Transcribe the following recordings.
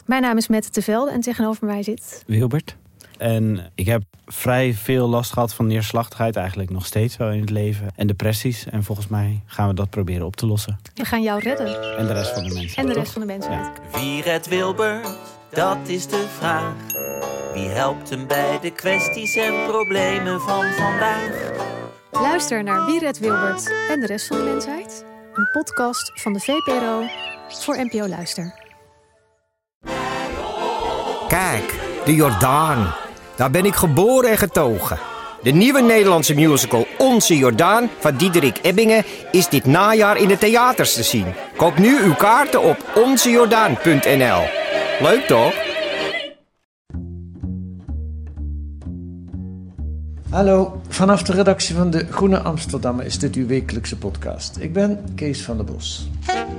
Mijn naam is Mette Tevelde en tegenover mij zit Wilbert. En ik heb vrij veel last gehad van neerslachtigheid, eigenlijk nog steeds wel in het leven. En depressies. En volgens mij gaan we dat proberen op te lossen. We gaan jou redden. En de rest van de mensen. En de rest van de mensen. Ja. Wie redt Wilbert? Dat is de vraag. Wie helpt hem bij de kwesties en problemen van vandaag? Luister naar Wie redt Wilbert en de rest van de mensheid. Een podcast van de VPRO voor NPO Luister. Kijk, de Jordaan. Daar ben ik geboren en getogen. De nieuwe Nederlandse musical Onze Jordaan van Diederik Ebbingen is dit najaar in de theaters te zien. Koop nu uw kaarten op onzejordaan.nl. Leuk toch? Hallo, vanaf de redactie van de Groene Amsterdammer is dit uw wekelijkse podcast. Ik ben Kees van der Bos.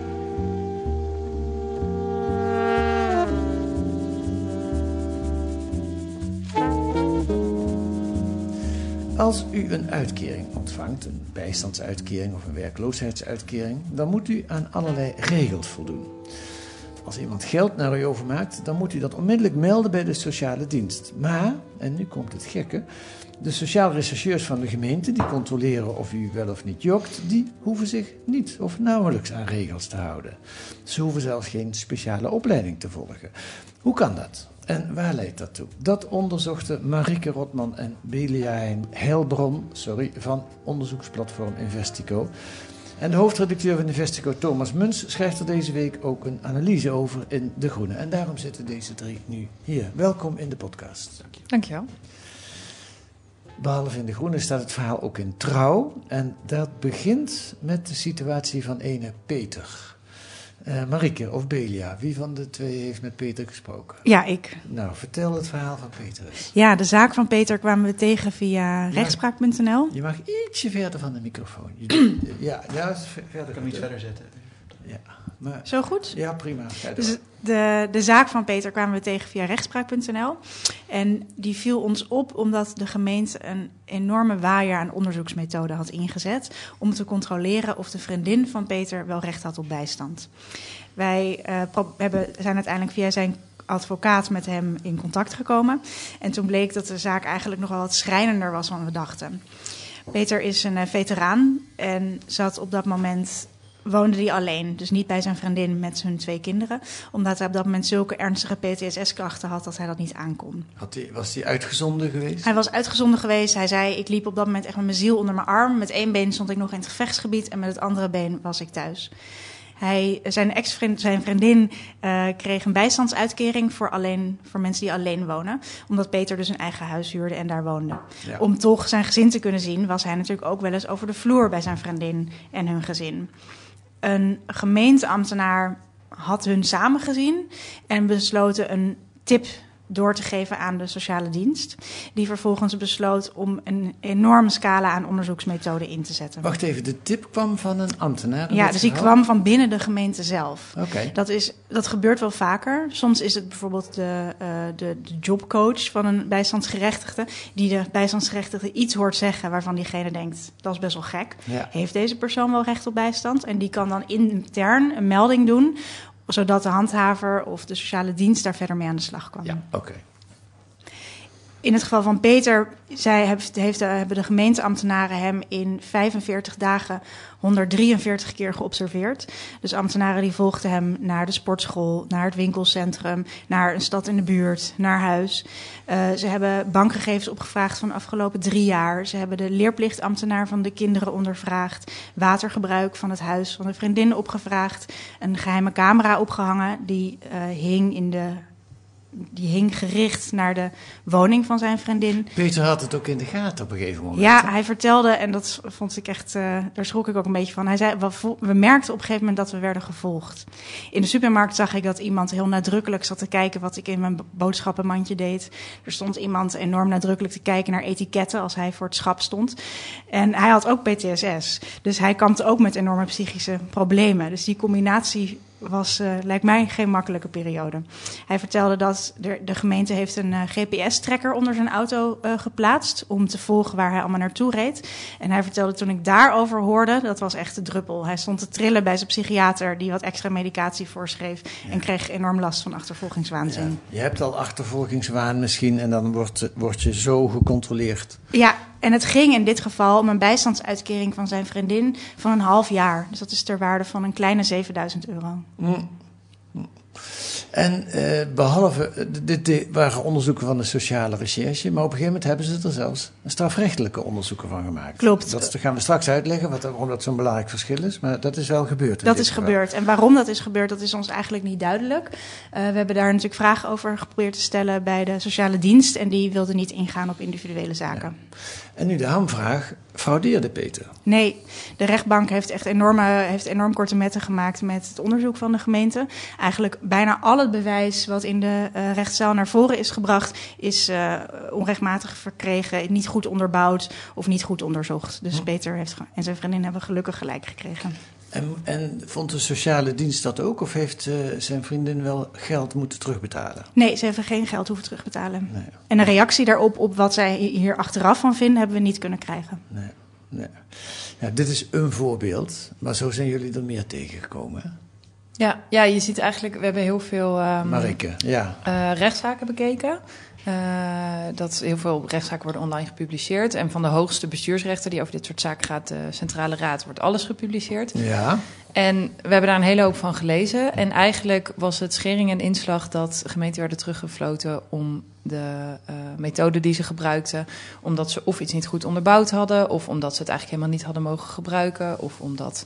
Als u een uitkering ontvangt, een bijstandsuitkering of een werkloosheidsuitkering, dan moet u aan allerlei regels voldoen. Als iemand geld naar u overmaakt, dan moet u dat onmiddellijk melden bij de sociale dienst. Maar, en nu komt het gekke, de sociaal rechercheurs van de gemeente, die controleren of u wel of niet jokt, die hoeven zich niet of nauwelijks aan regels te houden. Ze hoeven zelfs geen speciale opleiding te volgen. Hoe kan dat? En waar leidt dat toe? Dat onderzochten Marieke Rotman en Belia Heilbron van onderzoeksplatform Investico. En de hoofdredacteur van Investico, Thomas Muns, schrijft er deze week ook een analyse over in De Groene. En daarom zitten deze drie nu hier. Welkom in de podcast. Dankjewel. Behalve in De Groene staat het verhaal ook in Trouw. En dat begint met de situatie van ene Peter. Marieke of Belia, wie van de twee heeft met Peter gesproken? Ja, ik. Nou, vertel het verhaal van Peter eens. Ja, de zaak van Peter kwamen we tegen via rechtspraak.nl. Je mag ietsje verder van de microfoon. Ja, verder. Ik kan hem iets verder zetten. Ja, maar, zo goed? Ja, prima. Dus de zaak van Peter kwamen we tegen via rechtspraak.nl. En die viel ons op omdat de gemeente een enorme waaier aan onderzoeksmethoden had ingezet om te controleren of de vriendin van Peter wel recht had op bijstand. Wij zijn uiteindelijk via zijn advocaat met hem in contact gekomen. En toen bleek dat de zaak eigenlijk nog wel wat schrijnender was dan we dachten. Peter is een veteraan en zat op dat moment, woonde hij alleen, dus niet bij zijn vriendin met zijn 2 kinderen, omdat hij op dat moment zulke ernstige PTSS-klachten had dat hij dat niet aankon. Was hij uitgezonden geweest? Hij was uitgezonden geweest. Hij zei, ik liep op dat moment echt met mijn ziel onder mijn arm. Met 1 been stond ik nog in het gevechtsgebied en met het andere been was ik thuis. Zijn vriendin kreeg een bijstandsuitkering voor mensen die alleen wonen. Omdat Peter dus een eigen huis huurde en daar woonde. Ja. Om toch zijn gezin te kunnen zien, was hij natuurlijk ook wel eens over de vloer bij zijn vriendin en hun gezin. Een gemeenteambtenaar had hun samen gezien en besloten een tip door te geven aan de sociale dienst. Die vervolgens besloot om een enorme scala aan onderzoeksmethoden in te zetten. Wacht even, de tip kwam van een ambtenaar? Ja, dus die kwam van binnen de gemeente zelf. Okay. Dat gebeurt wel vaker. Soms is het bijvoorbeeld de jobcoach van een bijstandsgerechtigde, die de bijstandsgerechtigde iets hoort zeggen waarvan diegene denkt, dat is best wel gek. Ja. Heeft deze persoon wel recht op bijstand? En die kan dan intern een melding doen, zodat de handhaver of de sociale dienst daar verder mee aan de slag kan. Ja, oké. In het geval van Peter hebben de gemeenteambtenaren hem in 45 dagen 143 keer geobserveerd. Dus ambtenaren die volgden hem naar de sportschool, naar het winkelcentrum, naar een stad in de buurt, naar huis. Ze hebben bankgegevens opgevraagd van de afgelopen 3 jaar. Ze hebben de leerplichtambtenaar van de kinderen ondervraagd, watergebruik van het huis van de vriendin opgevraagd, een geheime camera opgehangen die hing gericht naar de woning van zijn vriendin. Peter had het ook in de gaten op een gegeven moment. Ja, hij vertelde, en dat vond ik echt, daar schrok ik ook een beetje van. Hij zei, we merkten op een gegeven moment dat we werden gevolgd. In de supermarkt zag ik dat iemand heel nadrukkelijk zat te kijken wat ik in mijn boodschappenmandje deed. Er stond iemand enorm nadrukkelijk te kijken naar etiketten als hij voor het schap stond. En hij had ook PTSS. Dus hij kampte ook met enorme psychische problemen. Dus die combinatie lijkt mij geen makkelijke periode. Hij vertelde dat de gemeente heeft een GPS-tracker onder zijn auto geplaatst om te volgen waar hij allemaal naartoe reed. En hij vertelde toen ik daarover hoorde, dat was echt de druppel. Hij stond te trillen bij zijn psychiater die wat extra medicatie voorschreef en kreeg enorm last van achtervolgingswaanzin. Ja. Je hebt al achtervolgingswaan misschien en dan word je zo gecontroleerd. Ja, en het ging in dit geval om een bijstandsuitkering van zijn vriendin van een half jaar. Dus dat is ter waarde van een kleine €7.000. En behalve, dit waren onderzoeken van de sociale recherche, maar op een gegeven moment hebben ze er zelfs strafrechtelijke onderzoeken van gemaakt. Klopt. Dat gaan we straks uitleggen, waarom dat zo'n belangrijk verschil is, maar dat is wel gebeurd. Dat is gebeurd. En waarom dat is gebeurd, dat is ons eigenlijk niet duidelijk. We hebben daar natuurlijk vragen over geprobeerd te stellen bij de sociale dienst en die wilde niet ingaan op individuele zaken. Ja. En nu de hamvraag, fraudeerde Peter? Nee, de rechtbank heeft echt enorm korte metten gemaakt met het onderzoek van de gemeente. Eigenlijk bijna al het bewijs wat in de rechtszaal naar voren is gebracht, is onrechtmatig verkregen, niet goed onderbouwd of niet goed onderzocht. Dus Peter en zijn vriendin hebben gelukkig gelijk gekregen. En vond de sociale dienst dat ook? Of heeft zijn vriendin wel geld moeten terugbetalen? Nee, ze hebben geen geld hoeven terugbetalen. Nee. En een reactie daarop, op wat zij hier achteraf van vinden, hebben we niet kunnen krijgen. Nee. Ja, dit is een voorbeeld, maar zo zijn jullie er meer tegengekomen, hè? Ja, je ziet eigenlijk, we hebben heel veel Marike, rechtszaken bekeken. Dat heel veel rechtszaken worden online gepubliceerd. En van de hoogste bestuursrechter die over dit soort zaken gaat, de Centrale Raad, wordt alles gepubliceerd. Ja. En we hebben daar een hele hoop van gelezen. En eigenlijk was het schering en inslag dat gemeenten werden teruggefloten om de methode die ze gebruikten, omdat ze of iets niet goed onderbouwd hadden, of omdat ze het eigenlijk helemaal niet hadden mogen gebruiken, of omdat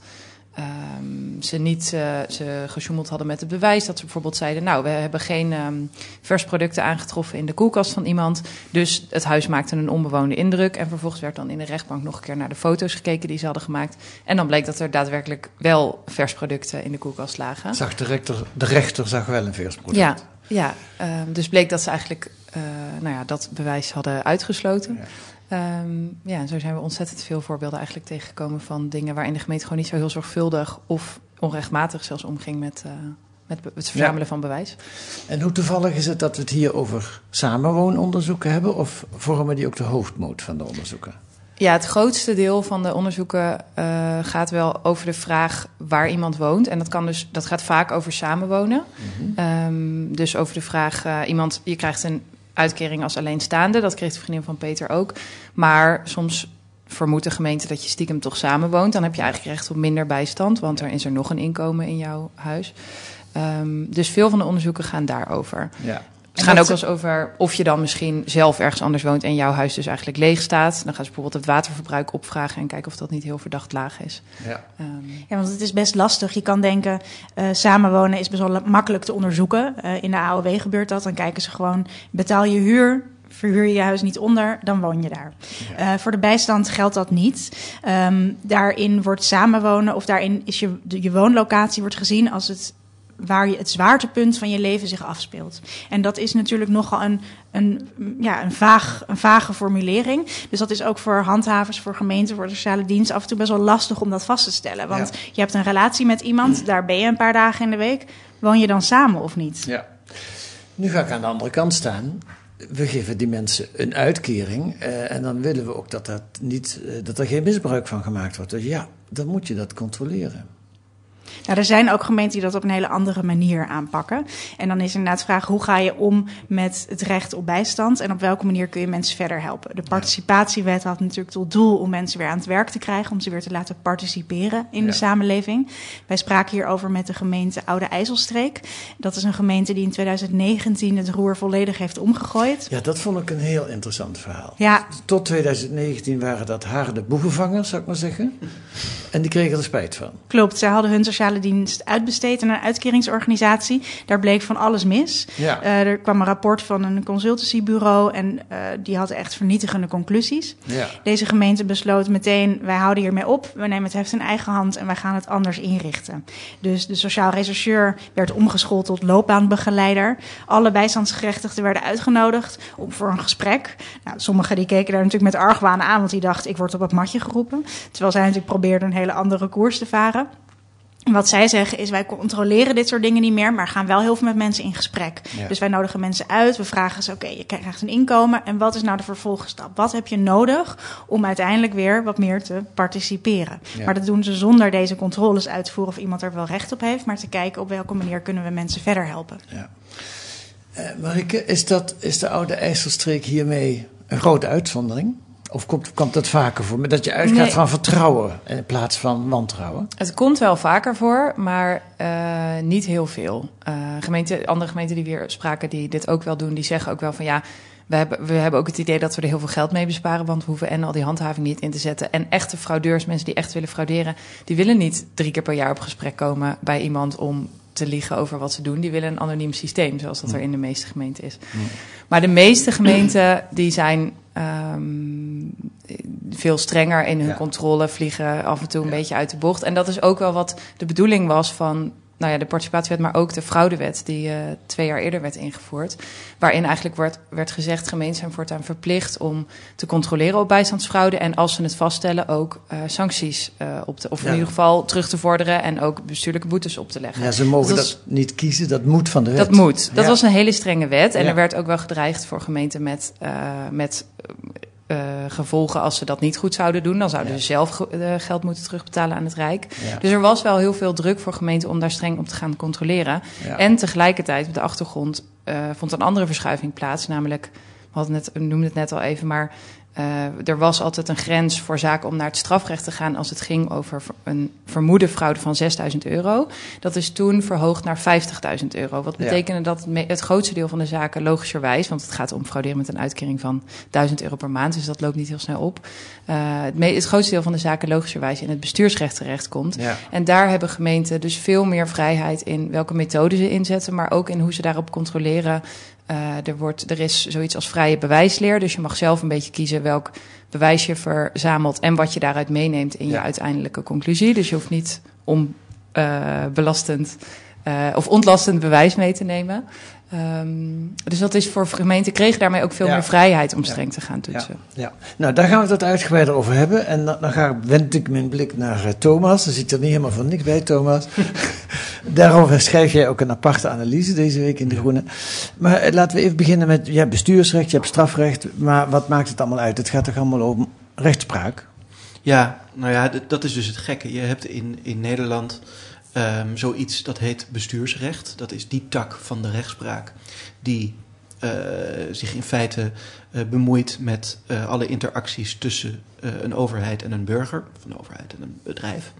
ze gesjoemeld hadden met het bewijs. Dat ze bijvoorbeeld zeiden, nou, we hebben geen versproducten aangetroffen in de koelkast van iemand, dus het huis maakte een onbewoonde indruk. En vervolgens werd dan in de rechtbank nog een keer naar de foto's gekeken die ze hadden gemaakt. En dan bleek dat er daadwerkelijk wel versproducten in de koelkast lagen. De rechter zag wel een versproduct. Ja, dus bleek dat ze eigenlijk dat bewijs hadden uitgesloten. Ja. En zo zijn we ontzettend veel voorbeelden eigenlijk tegengekomen van dingen waarin de gemeente gewoon niet zo heel zorgvuldig of onrechtmatig zelfs omging met het verzamelen van bewijs. En hoe toevallig is het dat we het hier over samenwoononderzoeken hebben, of vormen die ook de hoofdmoot van de onderzoeken? Ja, het grootste deel van de onderzoeken gaat wel over de vraag waar iemand woont. En dat gaat vaak over samenwonen. Mm-hmm. Dus over de vraag, je krijgt een uitkering als alleenstaande. Dat kreeg de vriendin van Peter ook. Maar soms vermoedt de gemeente dat je stiekem toch samenwoont. Dan heb je eigenlijk recht op minder bijstand, want er is er nog een inkomen in jouw huis. Dus veel van de onderzoeken gaan daarover. Ja. Het gaat ook wel eens over of je dan misschien zelf ergens anders woont en jouw huis dus eigenlijk leeg staat. Dan gaan ze bijvoorbeeld het waterverbruik opvragen en kijken of dat niet heel verdacht laag is. Ja, want het is best lastig. Je kan denken, samenwonen is best wel makkelijk te onderzoeken. In de AOW gebeurt dat. Dan kijken ze gewoon, betaal je huur, verhuur je je huis niet onder, dan woon je daar. Ja. Voor de bijstand geldt dat niet. Daarin wordt samenwonen, of daarin is je woonlocatie wordt gezien als waar het zwaartepunt van je leven zich afspeelt. En dat is natuurlijk nogal een vage formulering. Dus dat is ook voor handhavers, voor gemeenten, voor de sociale dienst af en toe best wel lastig om dat vast te stellen. Want je hebt een relatie met iemand, daar ben je een paar dagen in de week. Woon je dan samen of niet? Ja. Nu ga ik aan de andere kant staan. We geven die mensen een uitkering en dan willen we ook dat er geen misbruik van gemaakt wordt. Dus ja, dan moet je dat controleren. Nou, er zijn ook gemeenten die dat op een hele andere manier aanpakken. En dan is inderdaad de vraag, hoe ga je om met het recht op bijstand? En op welke manier kun je mensen verder helpen? De participatiewet had natuurlijk tot doel om mensen weer aan het werk te krijgen, om ze weer te laten participeren in de samenleving. Wij spraken hierover met de gemeente Oude IJsselstreek. Dat is een gemeente die in 2019 het roer volledig heeft omgegooid. Ja, dat vond ik een heel interessant verhaal. Ja. Tot 2019 waren dat harde boevenvangers, zou ik maar zeggen. En die kregen er spijt van. Klopt, zij hadden hun sociale dienst uitbesteed aan een uitkeringsorganisatie. Daar bleek van alles mis. Ja. Er kwam een rapport van een consultancybureau en die had echt vernietigende conclusies. Ja. Deze gemeente besloot meteen, wij houden hiermee op. We nemen het heft in eigen hand en wij gaan het anders inrichten. Dus de sociaal rechercheur werd omgeschoold tot loopbaanbegeleider. Alle bijstandsgerechtigden werden uitgenodigd voor een gesprek. Nou, sommigen die keken daar natuurlijk met argwaan aan, want die dachten, ik word op het matje geroepen. Terwijl zij natuurlijk probeerden een hele andere koers te varen. Wat zij zeggen is, wij controleren dit soort dingen niet meer, maar gaan wel heel veel met mensen in gesprek. Ja. Dus wij nodigen mensen uit, we vragen ze, oké, je krijgt een inkomen en wat is nou de vervolgstap? Wat heb je nodig om uiteindelijk weer wat meer te participeren? Ja. Maar dat doen ze zonder deze controles uit te voeren of iemand er wel recht op heeft, maar te kijken op welke manier kunnen we mensen verder helpen. Ja. Marieke, is de Oude IJsselstreek hiermee een grote uitzondering? Of komt dat vaker voor? Dat je uitgaat van vertrouwen in plaats van wantrouwen? Het komt wel vaker voor, maar niet heel veel. Andere gemeenten die weer spraken, die dit ook wel doen, die zeggen ook wel van ja, we hebben ook het idee dat we er heel veel geld mee besparen, want we hoeven en al die handhaving niet in te zetten. En echte fraudeurs, mensen die echt willen frauderen, die willen niet 3 keer per jaar op gesprek komen bij iemand om te liegen over wat ze doen. Die willen een anoniem systeem, zoals dat er in de meeste gemeenten is. Maar de meeste gemeenten die zijn veel strenger in hun controle, vliegen af en toe een beetje uit de bocht. En dat is ook wel wat de bedoeling was van de participatiewet, maar ook de fraudewet die 2 jaar eerder werd ingevoerd. Waarin eigenlijk werd gezegd, gemeenten zijn voortaan verplicht om te controleren op bijstandsfraude. En als ze het vaststellen, ook sancties in ieder geval terug te vorderen en ook bestuurlijke boetes op te leggen. Ja, ze mogen dat niet kiezen, dat moet van de wet. Dat moet. Dat was een hele strenge wet. En er werd ook wel gedreigd voor gemeenten met gevolgen als ze dat niet goed zouden doen. Dan zouden ze zelf geld moeten terugbetalen aan het Rijk. Ja. Dus er was wel heel veel druk voor gemeenten om daar streng op te gaan controleren. Ja. En tegelijkertijd op de achtergrond vond een andere verschuiving plaats. Namelijk, we noemden het net al even, maar er was altijd een grens voor zaken om naar het strafrecht te gaan als het ging over een vermoede fraude van €6.000. Dat is toen verhoogd naar €50.000. Wat betekende dat het grootste deel van de zaken logischerwijs, want het gaat om frauderen met een uitkering van €1.000 per maand, dus dat loopt niet heel snel op. Het grootste deel van de zaken logischerwijs in het bestuursrecht terechtkomt. Ja. En daar hebben gemeenten dus veel meer vrijheid in welke methode ze inzetten, maar ook in hoe ze daarop controleren. Er is zoiets als vrije bewijsleer, dus je mag zelf een beetje kiezen welk bewijs je verzamelt en wat je daaruit meeneemt in je uiteindelijke conclusie. Dus je hoeft niet belastend of ontlastend bewijs mee te nemen. Dus dat is voor gemeenten kregen daarmee ook veel meer vrijheid om streng te gaan toetsen. Ja. Nou, daar gaan we het wat uitgebreider over hebben. En dan wend ik mijn blik naar Thomas. Er zit er niet helemaal van niks bij, Thomas. Daarover schrijf jij ook een aparte analyse deze week in De Groene. Maar laten we even beginnen met, je hebt bestuursrecht, je hebt strafrecht. Maar wat maakt het allemaal uit? Het gaat toch allemaal om rechtspraak? Ja, nou ja, dat is dus het gekke. Je hebt in Nederland zoiets dat heet bestuursrecht. Dat is die tak van de rechtspraak die zich in feite bemoeit met alle interacties tussen een overheid en een burger, of een overheid en een bedrijf.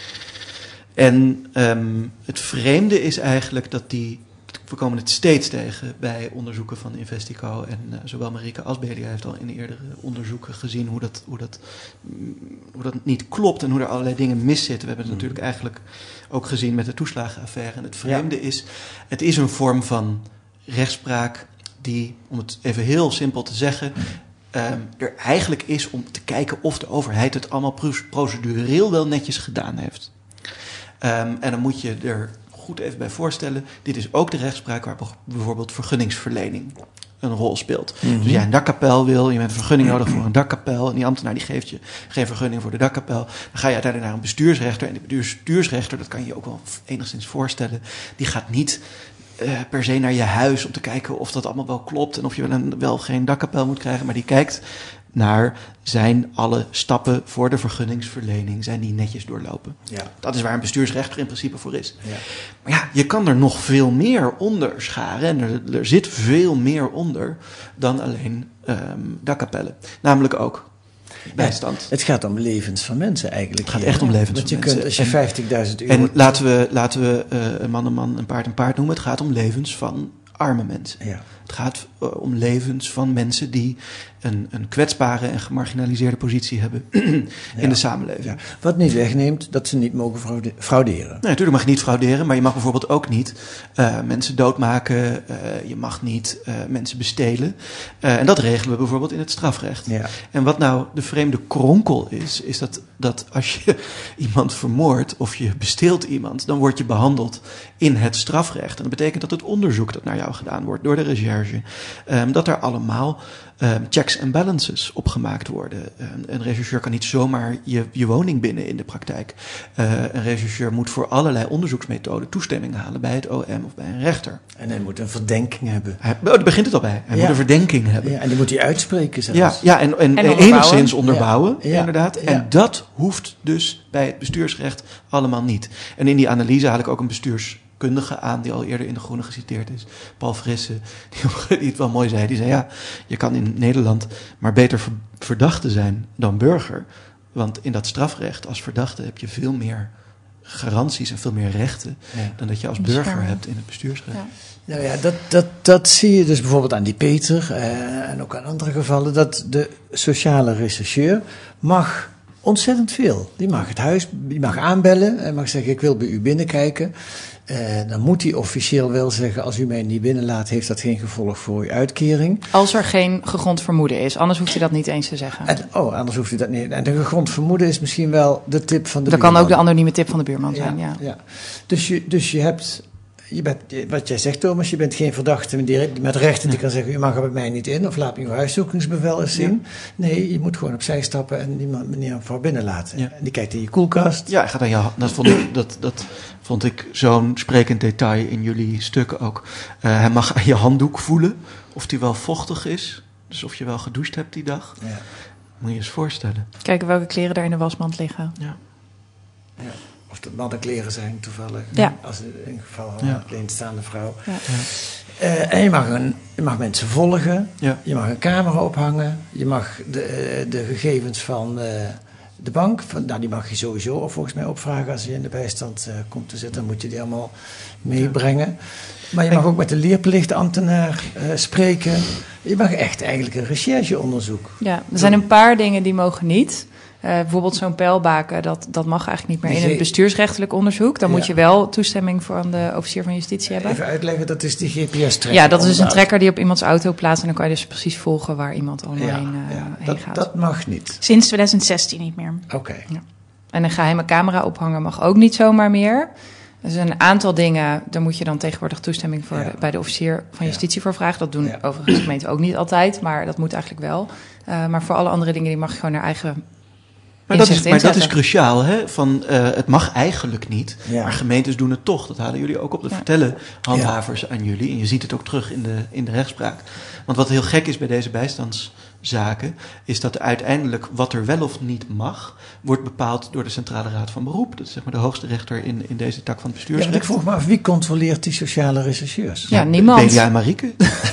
En het vreemde is eigenlijk dat we komen het steeds tegen bij onderzoeken van Investico en zowel Marieke als Belia heeft al in eerdere onderzoeken gezien hoe dat niet klopt en hoe er allerlei dingen miszitten. We hebben het natuurlijk eigenlijk ook gezien met de toeslagenaffaire. En het vreemde is, het is een vorm van rechtspraak die, om het even heel simpel te zeggen, er eigenlijk is om te kijken of de overheid het allemaal procedureel wel netjes gedaan heeft. En dan moet je er goed even bij voorstellen, dit is ook de rechtspraak waar bijvoorbeeld vergunningsverlening een rol speelt. Mm-hmm. Dus jij een dakkapel wil, je hebt een vergunning nodig voor een dakkapel en die ambtenaar die geeft je geen vergunning voor de dakkapel. Dan ga je uiteindelijk naar een bestuursrechter en de bestuursrechter, dat kan je je ook wel enigszins voorstellen, die gaat niet per se naar je huis om te kijken of dat allemaal wel klopt en of je wel geen dakkapel moet krijgen, maar die kijkt naar, zijn alle stappen voor de vergunningsverlening, zijn die netjes doorlopen. Ja. Dat is waar een bestuursrechter in principe voor is. Ja. Maar ja, je kan er nog veel meer onder scharen en er zit veel meer onder dan alleen dakkapellen. Namelijk ook bijstand. Ja, het gaat om levens van mensen eigenlijk. Het gaat echt om levens van mensen. Want je kunt, als je €50.000... En laten we een man, een paard noemen. Het gaat om levens van arme mensen. Ja. Het gaat om levens van mensen die een kwetsbare en gemarginaliseerde positie hebben in de samenleving. Ja. Wat niet wegneemt dat ze niet mogen frauderen. Nee, natuurlijk mag je niet frauderen, maar je mag bijvoorbeeld ook niet mensen doodmaken. Je mag niet mensen bestelen. En dat regelen we bijvoorbeeld in het strafrecht. Ja. En wat nou de vreemde kronkel is dat als je iemand vermoordt of je besteelt iemand, dan word je behandeld in het strafrecht. En dat betekent dat het onderzoek dat naar jou gedaan wordt door de recherche recherche, dat daar allemaal checks en balances opgemaakt worden. Een rechercheur kan niet zomaar je woning binnen in de praktijk. Een rechercheur moet voor allerlei onderzoeksmethoden toestemming halen bij het OM of bij een rechter. En hij moet een verdenking hebben. Daar begint het al bij. Hij moet een verdenking hebben. Ja, en die moet hij uitspreken zelfs. En enigszins onderbouwen, inderdaad. Ja. En dat hoeft dus bij het bestuursrecht allemaal niet. En in die analyse haal ik ook een bestuurskundige aan die al eerder in De Groene geciteerd is. Paul Frisse, die het wel mooi zei. Die zei, je kan in Nederland maar beter verdachte zijn dan burger. Want in dat strafrecht als verdachte heb je veel meer garanties en veel meer rechten dan dat je als burger hebt in het bestuursrecht. Ja. Nou ja, dat zie je dus bijvoorbeeld aan die Peter en ook aan andere gevallen, dat de sociale rechercheur mag ontzettend veel. Die mag het huis, die mag aanbellen en mag zeggen, ik wil bij u binnenkijken. Dan moet hij officieel wel zeggen, als u mij niet binnenlaat, heeft dat geen gevolg voor uw uitkering. Als er geen gegrond vermoeden is, anders hoeft hij dat niet eens te zeggen. Anders hoeft hij dat niet. En de gegrond vermoeden is misschien wel de tip van de dat buurman. kan ook de anonieme tip van de buurman zijn, ja. Dus je hebt... wat jij zegt, Thomas, je bent geen verdachte met rechten die kan zeggen, u mag er bij mij niet in, of laat me uw huiszoekingsbevel eens zien. Ja. Nee, je moet gewoon opzij stappen en die meneer voor binnen laten. Ja. En die kijkt in je koelkast. Ja, gaat aan je, dat vond ik zo'n sprekend detail in jullie stukken ook. Hij mag aan je handdoek voelen of die wel vochtig is. Dus of je wel gedoucht hebt die dag. Ja. Moet je eens voorstellen. Kijken welke kleren daar in de wasmand liggen. Ja. Of dat mannenkleren zijn toevallig. Ja. Als in geval van een alleenstaande vrouw. Ja. En je mag mensen volgen. Ja. Je mag een camera ophangen. Je mag de gegevens van de bank, die mag je sowieso volgens mij opvragen als je in de bijstand komt te zitten. Dan moet je die allemaal meebrengen. Ja. Maar je mag ook met de leerplichtambtenaar spreken. Je mag echt eigenlijk een rechercheonderzoek. Ja, er zijn een paar dingen die mogen niet. Bijvoorbeeld zo'n pijlbaken, dat mag eigenlijk niet meer in het bestuursrechtelijk onderzoek. Dan moet je wel toestemming van de officier van justitie hebben. Even uitleggen, dat is die GPS-trekker. Ja, dat is dus een trekker die op iemands auto plaatst. En dan kan je dus precies volgen waar iemand allemaal heen gaat. Dat mag niet. Sinds 2016 niet meer. Oké. Ja. En een geheime camera ophangen mag ook niet zomaar meer. Dus een aantal dingen, daar moet je dan tegenwoordig toestemming voor bij de officier van justitie voor vragen. Dat doen overigens de gemeenten ook niet altijd, maar dat moet eigenlijk wel. Maar voor alle andere dingen, die mag je gewoon naar eigen... Maar dat is cruciaal, hè? Het mag eigenlijk niet, maar gemeentes doen het toch. Dat halen jullie ook op. Dat vertellen handhavers aan jullie. En je ziet het ook terug in de rechtspraak. Want wat heel gek is bij deze bijstandszaken, is dat uiteindelijk wat er wel of niet mag, wordt bepaald door de Centrale Raad van Beroep. Dat is zeg maar de hoogste rechter in deze tak van het bestuursrecht. Ja, ik vroeg me af, wie controleert die sociale rechercheurs? Ja, niemand. Belia en Marieke.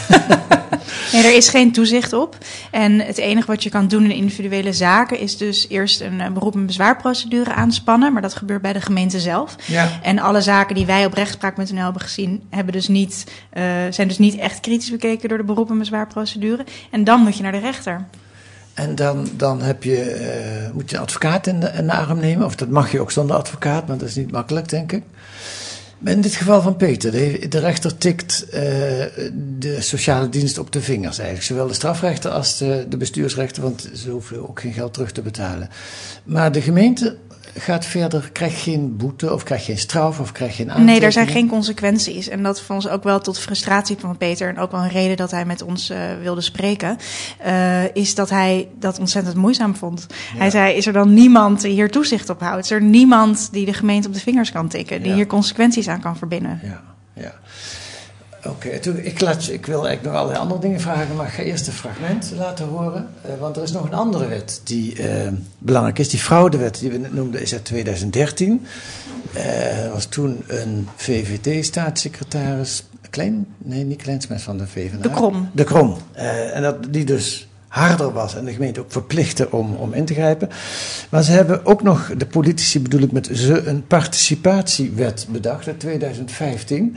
Nee, er is geen toezicht op. En het enige wat je kan doen in individuele zaken is dus eerst een beroep- en bezwaarprocedure aanspannen. Maar dat gebeurt bij de gemeente zelf. Ja. En alle zaken die wij op rechtspraak.nl hebben gezien, zijn dus niet echt kritisch bekeken door de beroep- en bezwaarprocedure. En dan moet je naar de rechter. En dan moet je een advocaat in de arm nemen. Of dat mag je ook zonder advocaat, maar dat is niet makkelijk, denk ik. Maar in dit geval van Peter, de rechter tikt de sociale dienst op de vingers eigenlijk. Zowel de strafrechter als de bestuursrechter, want ze hoeven ook geen geld terug te betalen. Maar de gemeente gaat verder, krijgt geen boete of krijgt geen straf of krijgt geen aantekening. Nee, er zijn geen consequenties. En dat vond ons ook wel tot frustratie van Peter. En ook wel een reden dat hij met ons wilde spreken. Is dat hij dat ontzettend moeizaam vond. Ja. Hij zei, is er dan niemand die hier toezicht op houdt? Is er niemand die de gemeente op de vingers kan tikken? Die hier consequenties aan kan verbinden? Ja. Oké, ik wil eigenlijk nog allerlei andere dingen vragen, maar ik ga eerst een fragment laten horen. Want er is nog een andere wet die belangrijk is. Die fraudewet die we net noemden is uit 2013. Er was toen een VVD-staatssecretaris, niet Kleinsmets van de VVD. De Krom. En die dus harder was en de gemeente ook verplichtte om in te grijpen. Maar ze hebben ook nog, de politici bedoel ik met ze, een participatiewet bedacht uit 2015...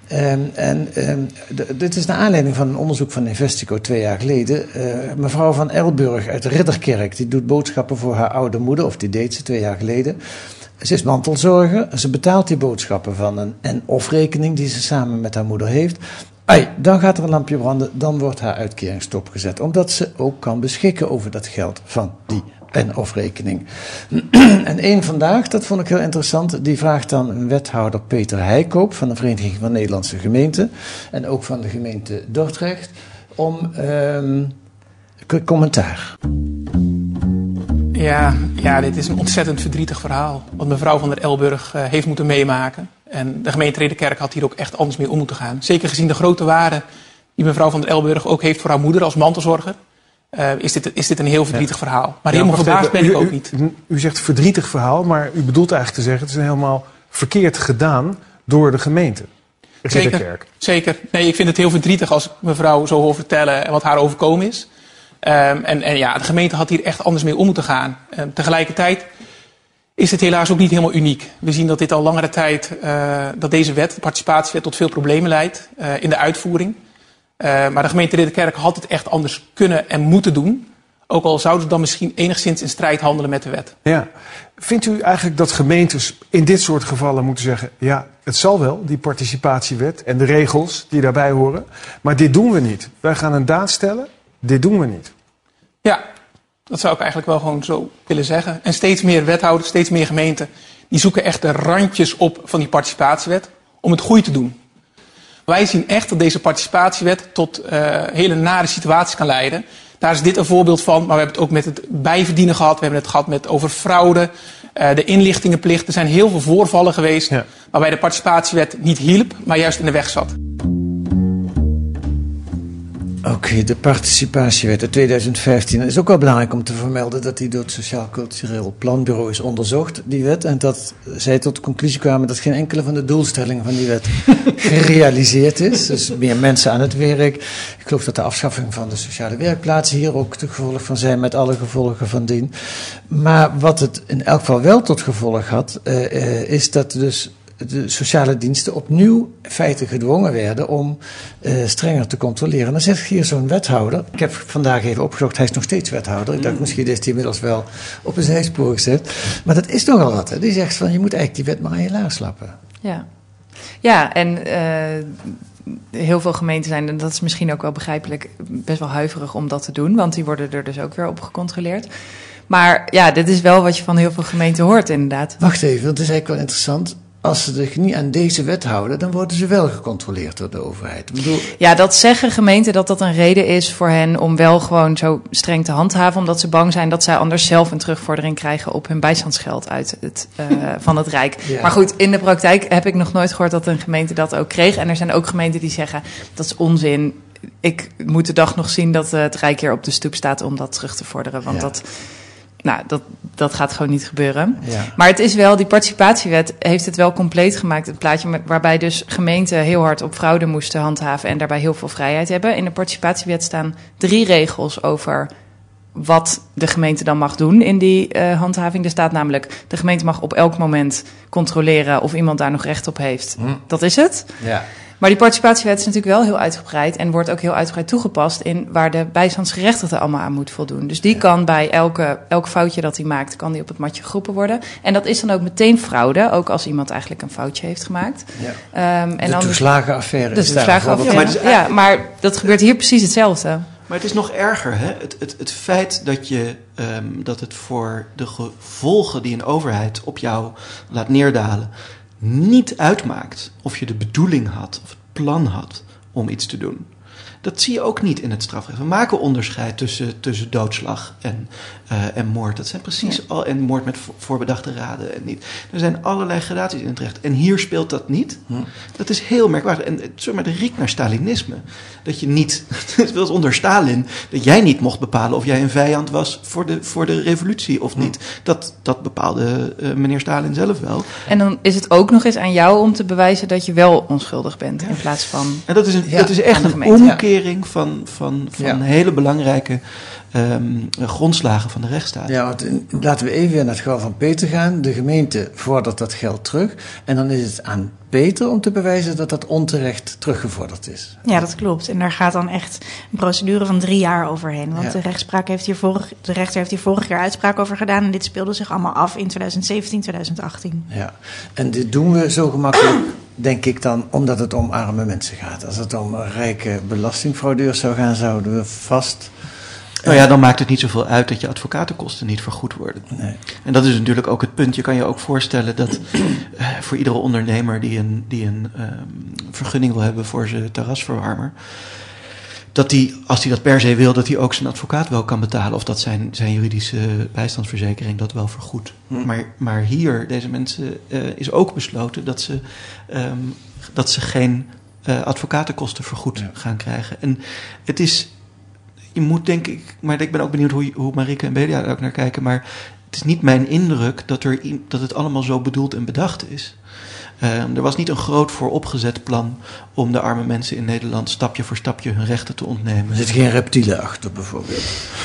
Dit is naar aanleiding van een onderzoek van Investico 2 jaar geleden. Mevrouw van Elburg uit Ridderkerk, die doet boodschappen voor haar oude moeder, of die deed ze 2 jaar geleden. Ze is mantelzorger, ze betaalt die boodschappen van een en-of rekening die ze samen met haar moeder heeft. Dan gaat er een lampje branden, dan wordt haar uitkering stopgezet. Omdat ze ook kan beschikken over dat geld van die en of rekening. En één vandaag, dat vond ik heel interessant, die vraagt dan wethouder Peter Heikoop van de Vereniging van Nederlandse Gemeenten en ook van de gemeente Dordrecht om commentaar. Ja, dit is een ontzettend verdrietig verhaal wat mevrouw van der Elburg heeft moeten meemaken. En de gemeente Ridderkerk had hier ook echt anders mee om moeten gaan. Zeker gezien de grote waarde die mevrouw van der Elburg ook heeft voor haar moeder als mantelzorger. Is dit een heel verdrietig verhaal. Maar helemaal verbaasd ben ik ook niet. U zegt verdrietig verhaal, maar u bedoelt eigenlijk te zeggen het is helemaal verkeerd gedaan door de gemeente. Zeker. Nee, ik vind het heel verdrietig als ik mevrouw zo hoor vertellen wat haar overkomen is. De gemeente had hier echt anders mee om moeten gaan. Tegelijkertijd is het helaas ook niet helemaal uniek. We zien dat dit al langere tijd, dat deze wet, de participatiewet, tot veel problemen leidt in de uitvoering. Maar de gemeente Ridderkerk had het echt anders kunnen en moeten doen. Ook al zouden ze dan misschien enigszins in strijd handelen met de wet. Ja. Vindt u eigenlijk dat gemeentes in dit soort gevallen moeten zeggen, ja, het zal wel, die participatiewet en de regels die daarbij horen, maar dit doen we niet. Wij gaan een daad stellen, dit doen we niet. Ja, dat zou ik eigenlijk wel gewoon zo willen zeggen. En steeds meer wethouders, steeds meer gemeenten, die zoeken echt de randjes op van die participatiewet om het goed te doen. Wij zien echt dat deze participatiewet tot hele nare situaties kan leiden. Daar is dit een voorbeeld van, maar we hebben het ook met het bijverdienen gehad. We hebben het gehad over fraude, de inlichtingenplicht. Er zijn heel veel voorvallen geweest waarbij de participatiewet niet hielp, maar juist in de weg zat. Oké, de participatiewet uit 2015. Het is ook wel belangrijk om te vermelden dat die door het Sociaal Cultureel Planbureau is onderzocht, die wet. En dat zij tot de conclusie kwamen dat geen enkele van de doelstellingen van die wet gerealiseerd is. Dus meer mensen aan het werk. Ik geloof dat de afschaffing van de sociale werkplaatsen hier ook te gevolg van zijn, met alle gevolgen van dien. Maar wat het in elk geval wel tot gevolg had, is dat dus de sociale diensten opnieuw feiten gedwongen werden om strenger te controleren. Dan zegt hier zo'n wethouder, ik heb vandaag even opgezocht, hij is nog steeds wethouder. Ik dacht, misschien is hij inmiddels wel op een zijspoor gezet. Maar dat is nogal wat. Hè? Die zegt van, je moet eigenlijk die wet maar aan je laars lappen. Ja, en heel veel gemeenten zijn, en dat is misschien ook wel begrijpelijk, best wel huiverig om dat te doen. Want die worden er dus ook weer op gecontroleerd. Maar ja, dit is wel wat je van heel veel gemeenten hoort inderdaad. Wacht even, dat is eigenlijk wel interessant. Als ze zich niet aan deze wet houden, dan worden ze wel gecontroleerd door de overheid. Ja, dat zeggen gemeenten dat een reden is voor hen om wel gewoon zo streng te handhaven, omdat ze bang zijn dat zij anders zelf een terugvordering krijgen op hun bijstandsgeld van het Rijk. Ja. Maar goed, in de praktijk heb ik nog nooit gehoord dat een gemeente dat ook kreeg. En er zijn ook gemeenten die zeggen, dat is onzin. Ik moet de dag nog zien dat het Rijk hier op de stoep staat om dat terug te vorderen, want dat gaat gewoon niet gebeuren. Ja. Maar het is wel, die participatiewet heeft het wel compleet gemaakt. Het plaatje waarbij dus gemeenten heel hard op fraude moesten handhaven en daarbij heel veel vrijheid hebben. In de participatiewet staan 3 regels over wat de gemeente dan mag doen in die handhaving. Er staat namelijk, de gemeente mag op elk moment controleren of iemand daar nog recht op heeft. Dat is het. Ja. Maar die participatiewet is natuurlijk wel heel uitgebreid en wordt ook heel uitgebreid toegepast in waar de bijstandsgerechtigde allemaal aan moet voldoen. Dus die kan bij elk foutje dat hij maakt, kan die op het matje geroepen worden. En dat is dan ook meteen fraude, ook als iemand eigenlijk een foutje heeft gemaakt. Ja. De toeslagenaffaire. De toeslagenaffaire. Maar dat gebeurt hier precies hetzelfde. Maar het is nog erger, hè? Het feit dat het voor de gevolgen die een overheid op jou laat neerdalen niet uitmaakt of je de bedoeling had of het plan had om iets te doen. Dat zie je ook niet in het strafrecht. We maken onderscheid tussen doodslag en moord. Dat zijn precies al, en moord met voorbedachte raden en niet. Er zijn allerlei gradaties in het recht. En hier speelt dat niet. Dat is heel merkwaardig. En dat riekt naar Stalinisme. Dat je niet, het was onder Stalin, dat jij niet mocht bepalen of jij een vijand was voor de revolutie of niet. Dat bepaalde meneer Stalin zelf wel. En dan is het ook nog eens aan jou om te bewijzen dat je wel onschuldig bent in plaats van. En dat is echt een omkering van hele belangrijke grondslagen van de rechtsstaat. Ja, want laten we even naar het geval van Peter gaan. De gemeente vordert dat geld terug. En dan is het aan Peter om te bewijzen dat dat onterecht teruggevorderd is. Ja, dat klopt. En daar gaat dan echt een procedure van 3 jaar overheen. Want de rechter heeft hier vorig jaar uitspraak over gedaan. En dit speelde zich allemaal af in 2017, 2018. Ja, en dit doen we zo gemakkelijk, denk ik dan, omdat het om arme mensen gaat. Als het om rijke belastingfraudeurs zou gaan, zouden we vast Nou ja, dan maakt het niet zoveel uit dat je advocatenkosten niet vergoed worden. Nee. En dat is natuurlijk ook het punt. Je kan je ook voorstellen dat voor iedere ondernemer die een vergunning wil hebben voor zijn terrasverwarmer, dat die, als hij dat per se wil, dat hij ook zijn advocaat wel kan betalen. Of dat zijn juridische bijstandsverzekering dat wel vergoedt. Maar hier, deze mensen, is ook besloten dat ze geen advocatenkosten vergoed gaan krijgen. En het is, je moet denk ik, maar ik ben ook benieuwd hoe Marieke en Belia er ook naar kijken, maar het is niet mijn indruk dat het allemaal zo bedoeld en bedacht is. Er was niet een groot vooropgezet plan om de arme mensen in Nederland stapje voor stapje hun rechten te ontnemen. Er zit geen reptielen achter bijvoorbeeld.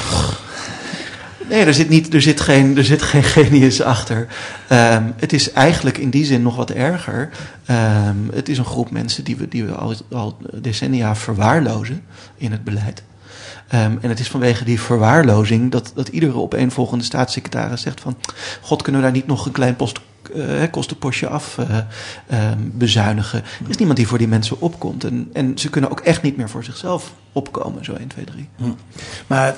Nee, er zit geen genius achter. Het is eigenlijk in die zin nog wat erger. Het is een groep mensen die we al decennia verwaarlozen in het beleid. En het is vanwege die verwaarlozing dat iedere opeenvolgende staatssecretaris zegt van, God, kunnen we daar niet nog een klein kostenpostje af bezuinigen? Er is niemand die voor die mensen opkomt. En ze kunnen ook echt niet meer voor zichzelf opkomen, zo 1, 2, 3. Maar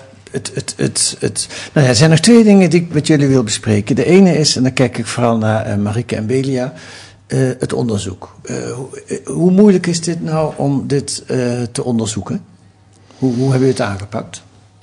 er zijn nog 2 dingen die ik met jullie wil bespreken. De ene is, en dan kijk ik vooral naar Marieke en Belia, het onderzoek. Hoe moeilijk is dit nou om dit te onderzoeken? Hoe hebben jullie het aangepakt?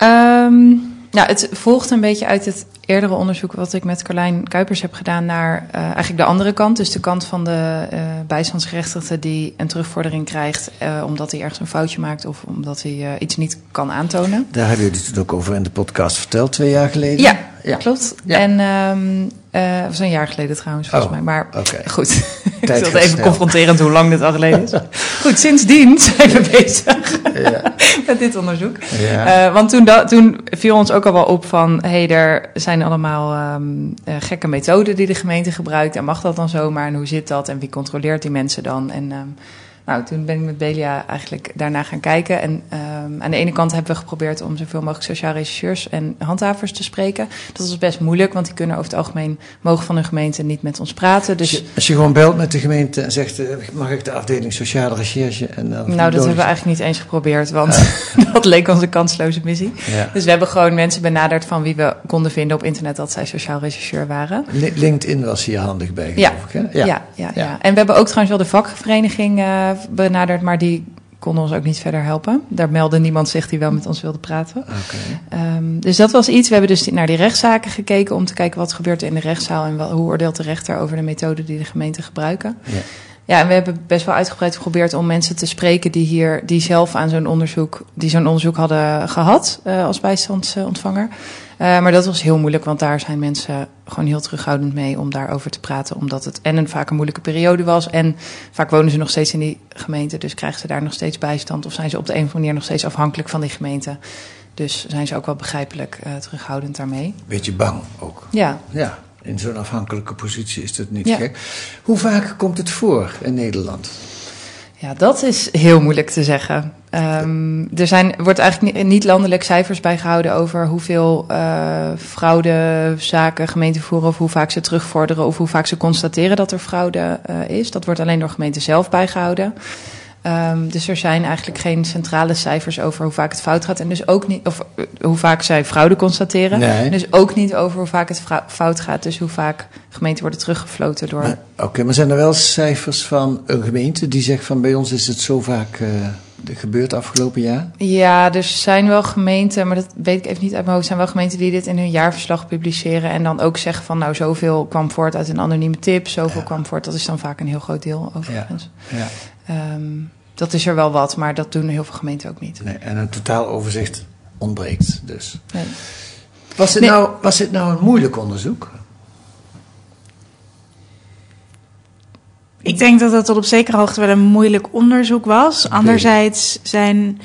Het volgt een beetje uit het eerdere onderzoek wat ik met Carlijn Kuipers heb gedaan naar eigenlijk de andere kant. Dus de kant van de bijstandsgerechtigde die een terugvordering krijgt omdat hij ergens een foutje maakt of omdat hij iets niet kan aantonen. Daar hebben jullie het ook over in de podcast verteld 2 jaar geleden. Ja. Klopt. Ja. En was een jaar geleden trouwens volgens mij. Maar goed, ik wil het even confronterend hoe lang dit al geleden is. Goed, sindsdien zijn we bezig met dit onderzoek. Ja. Want toen viel ons ook al wel op van, er zijn allemaal gekke methoden die de gemeente gebruikt. En mag dat dan zomaar? En hoe zit dat? En wie controleert die mensen dan? En toen ben ik met Belia eigenlijk daarna gaan kijken. En aan de ene kant hebben we geprobeerd om zoveel mogelijk sociaal rechercheurs en handhavers te spreken. Dat was best moeilijk, want die kunnen over het algemeen, mogen van hun gemeente niet met ons praten. Dus als je gewoon belt met de gemeente en zegt, mag ik de afdeling sociale recherche? En dat hebben we eigenlijk niet eens geprobeerd, want dat leek ons een kansloze missie. Ja. Dus we hebben gewoon mensen benaderd van wie we konden vinden op internet dat zij sociaal rechercheur waren. LinkedIn was hier handig bij, geloof ik, hè? Ja. En we hebben ook trouwens wel de vakvereniging benaderd, maar die konden ons ook niet verder helpen. Daar meldde niemand zich die wel met ons wilde praten. Okay. Dus dat was iets. We hebben dus naar die rechtszaken gekeken om te kijken wat gebeurt er in de rechtszaal en hoe oordeelt de rechter over de methode die de gemeenten gebruiken. Ja, en we hebben best wel uitgebreid geprobeerd om mensen te spreken die zelf aan zo'n onderzoek hadden gehad als bijstandsontvanger. Maar dat was heel moeilijk, want daar zijn mensen gewoon heel terughoudend mee om daarover te praten. Omdat het vaak een moeilijke periode was. En vaak wonen ze nog steeds in die gemeente, dus krijgen ze daar nog steeds bijstand. Of zijn ze op de een of andere manier nog steeds afhankelijk van die gemeente. Dus zijn ze ook wel begrijpelijk terughoudend daarmee. Beetje bang ook. Ja. In zo'n afhankelijke positie is dat niet gek. Hoe vaak komt het voor in Nederland? Ja, dat is heel moeilijk te zeggen. Wordt eigenlijk niet landelijk cijfers bijgehouden over hoeveel fraudezaken gemeenten voeren of hoe vaak ze terugvorderen of hoe vaak ze constateren dat er fraude is. Dat wordt alleen door gemeenten zelf bijgehouden. Dus er zijn eigenlijk geen centrale cijfers over hoe vaak het fout gaat. En dus ook niet, of hoe vaak zij fraude constateren. Nee. Dus ook niet over hoe vaak het fout gaat. Dus hoe vaak gemeenten worden teruggefloten door. Maar zijn er wel cijfers van een gemeente die zegt van bij ons is het zo vaak gebeurd afgelopen jaar? Ja, er zijn wel gemeenten, maar dat weet ik even niet uit mijn hoofd. Er zijn wel gemeenten die dit in hun jaarverslag publiceren. En dan ook zeggen van zoveel kwam voort uit een anonieme tip. Zoveel kwam voort. Dat is dan vaak een heel groot deel overigens. Ja. Dat is er wel wat, maar dat doen heel veel gemeenten ook niet. Nee, en een totaaloverzicht ontbreekt dus. Nee. Was dit nou een moeilijk onderzoek? Ik denk dat het tot op zekere hoogte wel een moeilijk onderzoek was. Okay. Anderzijds zijn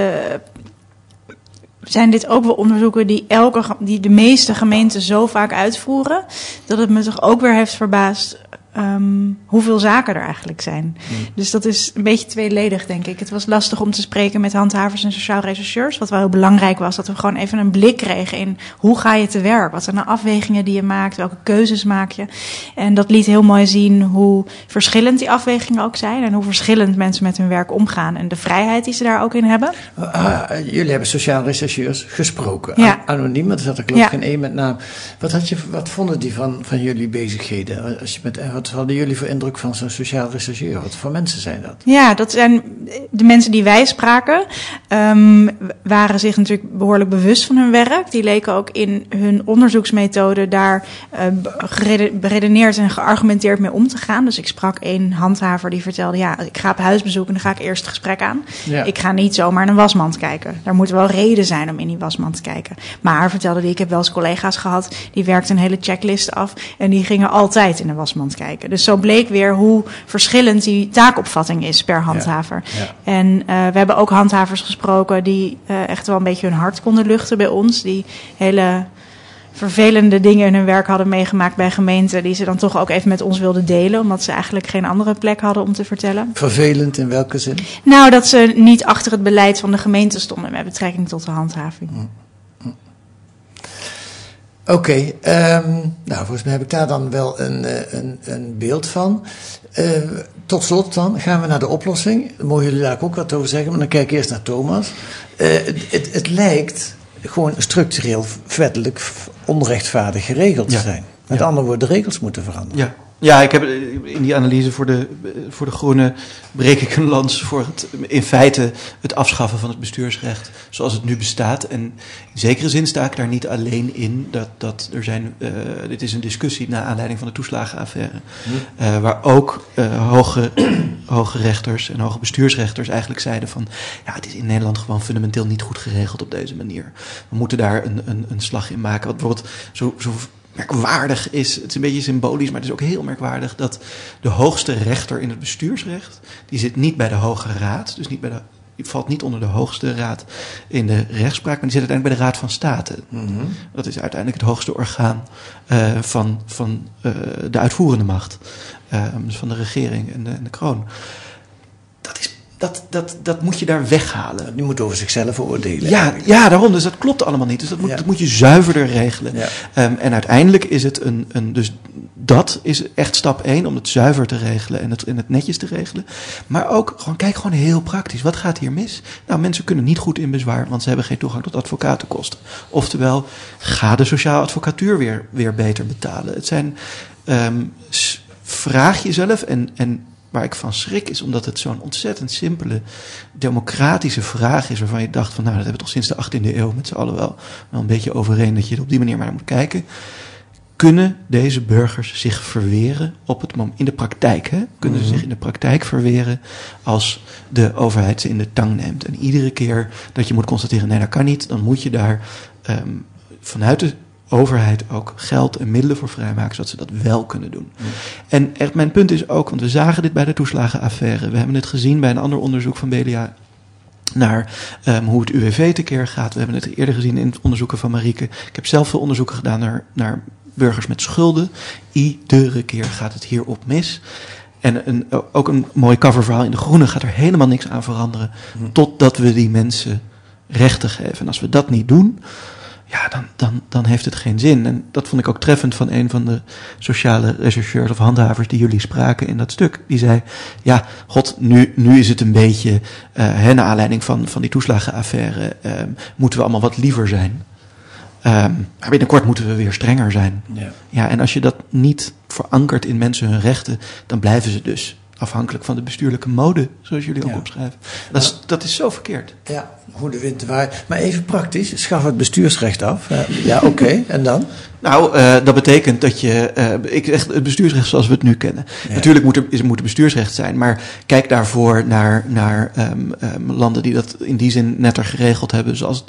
dit ook wel onderzoeken die de meeste gemeenten zo vaak uitvoeren, dat het me toch ook weer heeft verbaasd hoeveel zaken er eigenlijk zijn. Dus dat is een beetje tweeledig, denk ik. Het was lastig om te spreken met handhavers en sociaal rechercheurs. Wat wel heel belangrijk was, dat we gewoon even een blik kregen in hoe ga je te werk? Wat zijn de afwegingen die je maakt? Welke keuzes maak je? En dat liet heel mooi zien hoe verschillend die afwegingen ook zijn en hoe verschillend mensen met hun werk omgaan en de vrijheid die ze daar ook in hebben. Jullie hebben sociaal rechercheurs gesproken. Ja. Anoniem, maar er zat er geloof ik geen één met naam. Wat vonden die van jullie bezigheden? Wat hadden jullie voor indruk van zo'n sociaal rechercheur? Wat voor mensen zijn dat? Ja, dat zijn de mensen die wij spraken. Waren zich natuurlijk behoorlijk bewust van hun werk. Die leken ook in hun onderzoeksmethode daar beredeneerd en geargumenteerd mee om te gaan. Dus ik sprak een handhaver die vertelde, ik ga op huisbezoek en dan ga ik eerst het gesprek aan. Ja. Ik ga niet zomaar in een wasmand kijken. Daar moet wel reden zijn om in die wasmand te kijken. Maar vertelde die, ik heb wel eens collega's gehad, die werkten een hele checklist af en die gingen altijd in de wasmand kijken. Dus zo bleek weer hoe verschillend die taakopvatting is per handhaver. Ja. Ja. En we hebben ook handhavers gesproken die echt wel een beetje hun hart konden luchten bij ons. Die hele vervelende dingen in hun werk hadden meegemaakt bij gemeenten, die ze dan toch ook even met ons wilden delen, omdat ze eigenlijk geen andere plek hadden om te vertellen. Vervelend in welke zin? Nou, dat ze niet achter het beleid van de gemeente stonden met betrekking tot de handhaving. Oké, volgens mij heb ik daar dan wel een beeld van. Tot slot dan gaan we naar de oplossing. Daar mogen jullie daar ook wat over zeggen, maar dan kijk ik eerst naar Thomas. Het lijkt gewoon structureel, wettelijk onrechtvaardig geregeld te zijn. Met andere woorden, de regels moeten veranderen. Ja, ik heb in die analyse voor de Groenen breek ik een lans voor in feite het afschaffen van het bestuursrecht zoals het nu bestaat. En in zekere zin sta ik daar niet alleen in. Dat er zijn, dit is een discussie naar aanleiding van de toeslagenaffaire. Waar ook hoge rechters en hoge bestuursrechters eigenlijk zeiden van, het is in Nederland gewoon fundamenteel niet goed geregeld op deze manier. We moeten daar een slag in maken. Wat bijvoorbeeld zo merkwaardig is, het is een beetje symbolisch, maar het is ook heel merkwaardig dat de hoogste rechter in het bestuursrecht, die zit niet bij de Hoge Raad, dus die valt niet onder de hoogste raad in de rechtspraak, maar die zit uiteindelijk bij de Raad van State. Dat is uiteindelijk het hoogste orgaan van de uitvoerende macht, dus van de regering en de kroon. Dat moet je daar weghalen. Die moet over zichzelf oordelen. Ja, daarom. Dus dat klopt allemaal niet. Dus dat moet je zuiverder regelen. Ja. En uiteindelijk is het dus dat is echt stap 1 om het zuiver te regelen en het netjes te regelen. Maar ook kijk gewoon heel praktisch. Wat gaat hier mis? Nou, mensen kunnen niet goed in bezwaar, want ze hebben geen toegang tot advocatenkosten. Oftewel, ga de sociale advocatuur weer beter betalen. Het zijn vraag jezelf en waar ik van schrik is, omdat het zo'n ontzettend simpele, democratische vraag is, waarvan je dacht van, dat hebben we toch sinds de 18e eeuw met z'n allen wel een beetje overeen dat je er op die manier maar naar moet kijken. Kunnen deze burgers zich verweren op het moment, in de praktijk? Hè? Kunnen ze zich in de praktijk verweren als de overheid ze in de tang neemt? En iedere keer dat je moet constateren, nee, dat kan niet, dan moet je daar vanuit de overheid ook geld en middelen voor vrijmaken, zodat ze dat wel kunnen doen. En echt, mijn punt is ook, want we zagen dit bij de toeslagenaffaire, we hebben het gezien bij een ander onderzoek van BDA naar hoe het UWV tekeer gaat. We hebben het eerder gezien in het onderzoeken van Marieke. Ik heb zelf veel onderzoeken gedaan naar burgers met schulden. Iedere keer gaat het hierop mis. En ook een mooi coververhaal in De Groene gaat er helemaal niks aan veranderen, totdat we die mensen rechten geven. En als we dat niet doen, dan heeft het geen zin. En dat vond ik ook treffend van een van de sociale rechercheurs of handhavers die jullie spraken in dat stuk. Die zei, nu is het een beetje, naar aanleiding van die toeslagenaffaire, moeten we allemaal wat liever zijn. Maar binnenkort moeten we weer strenger zijn. Ja, en als je dat niet verankert in mensen hun rechten, dan blijven ze dus afhankelijk van de bestuurlijke mode, zoals jullie ook opschrijven. Dat is zo verkeerd. Ja, hoe de wind waait. Maar even praktisch, schaf het bestuursrecht af. Oké. En dan? Nou, dat betekent dat je, ik zeg het bestuursrecht zoals we het nu kennen. Ja. Natuurlijk moet er bestuursrecht zijn, maar kijk daarvoor naar landen die dat in die zin netter geregeld hebben, zoals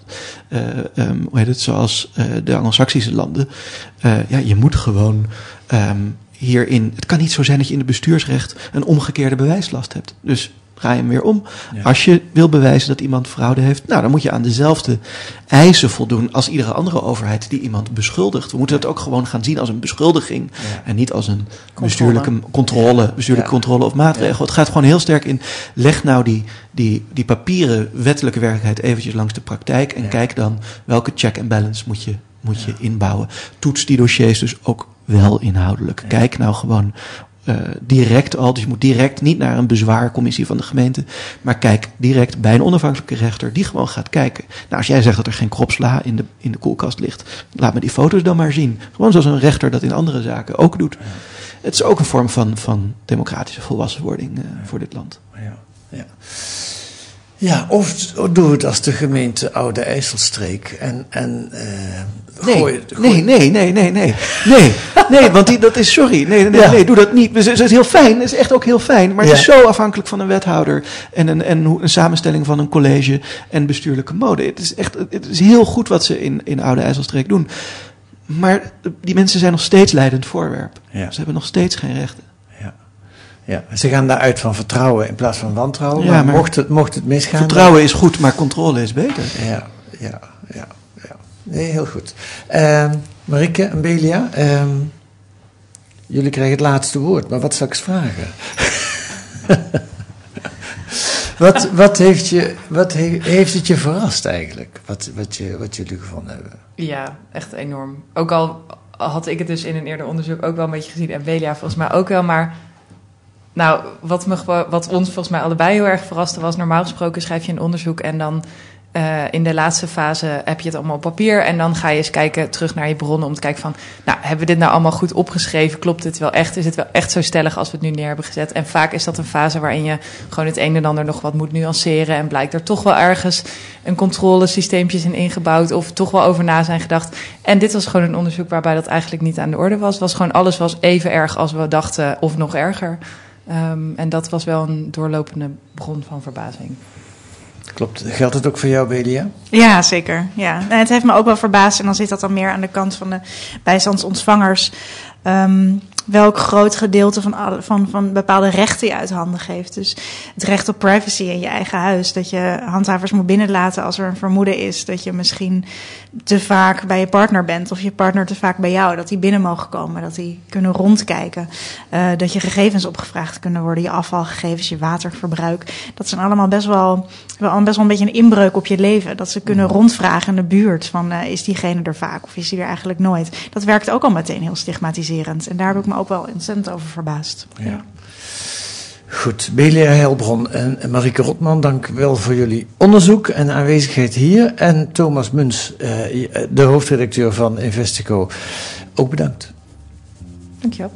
de Anglo-Saxische landen. Je moet gewoon hierin, het kan niet zo zijn dat je in het bestuursrecht een omgekeerde bewijslast hebt. Dus draai hem weer om. Ja. Als je wil bewijzen dat iemand fraude heeft, nou, dan moet je aan dezelfde eisen voldoen als iedere andere overheid die iemand beschuldigt. We moeten het ook gewoon gaan zien als een beschuldiging en niet als een bestuurlijke controle of maatregel. Ja. Het gaat gewoon heel sterk in, leg nou die papieren wettelijke werkelijkheid eventjes langs de praktijk en kijk dan welke check and balance moet je inbouwen. Toets die dossiers dus ook wel inhoudelijk. Ja. Kijk nou gewoon direct al. Dus je moet direct niet naar een bezwaarcommissie van de gemeente, maar kijk direct bij een onafhankelijke rechter die gewoon gaat kijken. Nou, als jij zegt dat er geen kropsla in de koelkast ligt, laat me die foto's dan maar zien. Gewoon zoals een rechter dat in andere zaken ook doet. Ja. Het is ook een vorm van democratische volwassenwording voor dit land. Ja. Ja, of doe het als de gemeente Oude IJsselstreek Nee, want dat is, sorry. Nee, doe dat niet. Het is heel fijn, het is echt ook heel fijn, maar het is zo afhankelijk van een wethouder en een samenstelling van een college en bestuurlijke mode. Het is heel goed wat ze in Oude IJsselstreek doen. Maar die mensen zijn nog steeds leidend voorwerp. Ja. Ze hebben nog steeds geen rechten. Ja, ze gaan daaruit van vertrouwen in plaats van wantrouwen. Ja, maar mocht het misgaan... Vertrouwen is goed, maar controle is beter. Ja. Nee, heel goed. Marieke en Belia, jullie krijgen het laatste woord, maar wat zal ik eens vragen? Wat heeft het je verrast eigenlijk, wat jullie gevonden hebben? Ja, echt enorm. Ook al had ik het dus in een eerder onderzoek ook wel een beetje gezien en Belia volgens mij ook wel, maar... Nou, wat ons volgens mij allebei heel erg verraste was... normaal gesproken schrijf je een onderzoek en dan in de laatste fase heb je het allemaal op papier... en dan ga je eens kijken terug naar je bronnen om te kijken van... nou, hebben we dit nou allemaal goed opgeschreven? Klopt dit wel echt? Is het wel echt zo stellig als we het nu neer hebben gezet? En vaak is dat een fase waarin je gewoon het een en ander nog wat moet nuanceren... en blijkt er toch wel ergens een controlesysteempjes in ingebouwd... of toch wel over na zijn gedacht. En dit was gewoon een onderzoek waarbij dat eigenlijk niet aan de orde was. Alles was even erg als we dachten of nog erger... en dat was wel een doorlopende bron van verbazing. Klopt. Geldt het ook voor jou, Belia? Ja, zeker. Ja. En het heeft me ook wel verbaasd. En dan zit dat dan meer aan de kant van de bijstandsontvangers. Welk groot gedeelte van bepaalde rechten je uit handen geeft. Dus het recht op privacy in je eigen huis. Dat je handhavers moet binnenlaten als er een vermoeden is... dat je misschien te vaak bij je partner bent... of je partner te vaak bij jou. Dat die binnen mogen komen, dat die kunnen rondkijken. Dat je gegevens opgevraagd kunnen worden. Je afvalgegevens, je waterverbruik. Dat zijn allemaal best wel een beetje een inbreuk op je leven. Dat ze kunnen rondvragen in de buurt. Van is diegene er vaak of is die er eigenlijk nooit? Dat werkt ook al meteen heel stigmatiserend. En daar heb ik me ook wel ontzettend over verbaasd. Ja. Goed, Belia Heilbron en Marieke Rotman, dank wel voor jullie onderzoek en aanwezigheid hier. En Thomas Muns, de hoofdredacteur van Investico, ook bedankt. Dankjewel.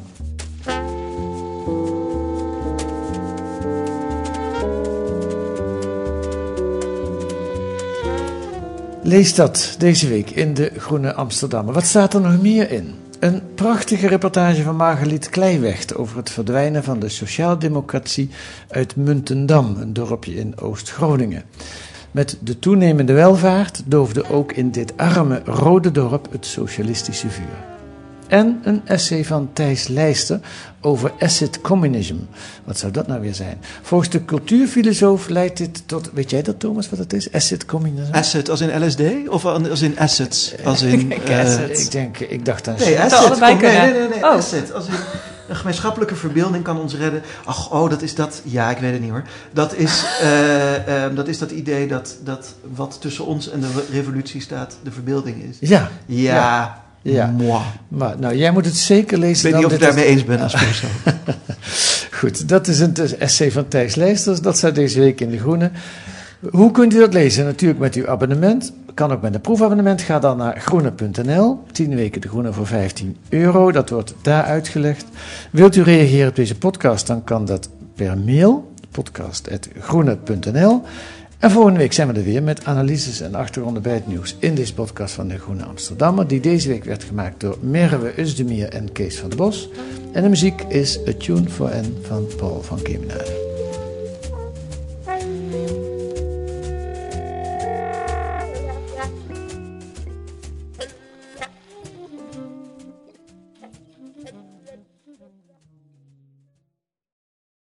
Lees dat deze week in de Groene Amsterdammer. Wat staat er nog meer in? Een prachtige reportage van Margeliet Kleiwecht over het verdwijnen van de sociaaldemocratie uit Muntendam, een dorpje in Oost-Groningen. Met de toenemende welvaart doofde ook in dit arme rode dorp het socialistische vuur. En een essay van Thijs Leijster over asset communism. Wat zou dat nou weer zijn? Volgens de cultuurfilosoof leidt dit tot... Weet jij dat, Thomas, wat het is? Asset communism? Asset als in LSD? Of als in assets? Als in, ik dacht aan... Nee, asset. Nee. Oh. Asset. Als in een gemeenschappelijke verbeelding kan ons redden. Dat is dat... Ja, ik weet het niet hoor. Dat is dat idee dat wat tussen ons en de revolutie staat, de verbeelding is. Ja. Maar nou, jij moet het zeker lezen. Ik weet niet of ik daarmee eens ben als persoon. Goed, dat is een essay van Thijs Leijsters. Dat staat deze week in De Groene. Hoe kunt u dat lezen? Natuurlijk met uw abonnement. Kan ook met een proefabonnement. Ga dan naar groene.nl. 10 weken De Groene voor €15. Dat wordt daar uitgelegd. Wilt u reageren op deze podcast? Dan kan dat per mail. podcast@groene.nl. En volgende week zijn we er weer met analyses en achtergronden bij het nieuws in deze podcast van de Groene Amsterdammer, die deze week werd gemaakt door Merwe Özdemir en Kees van der Bos. En de muziek is A Tune for N van Paul van Kemenade.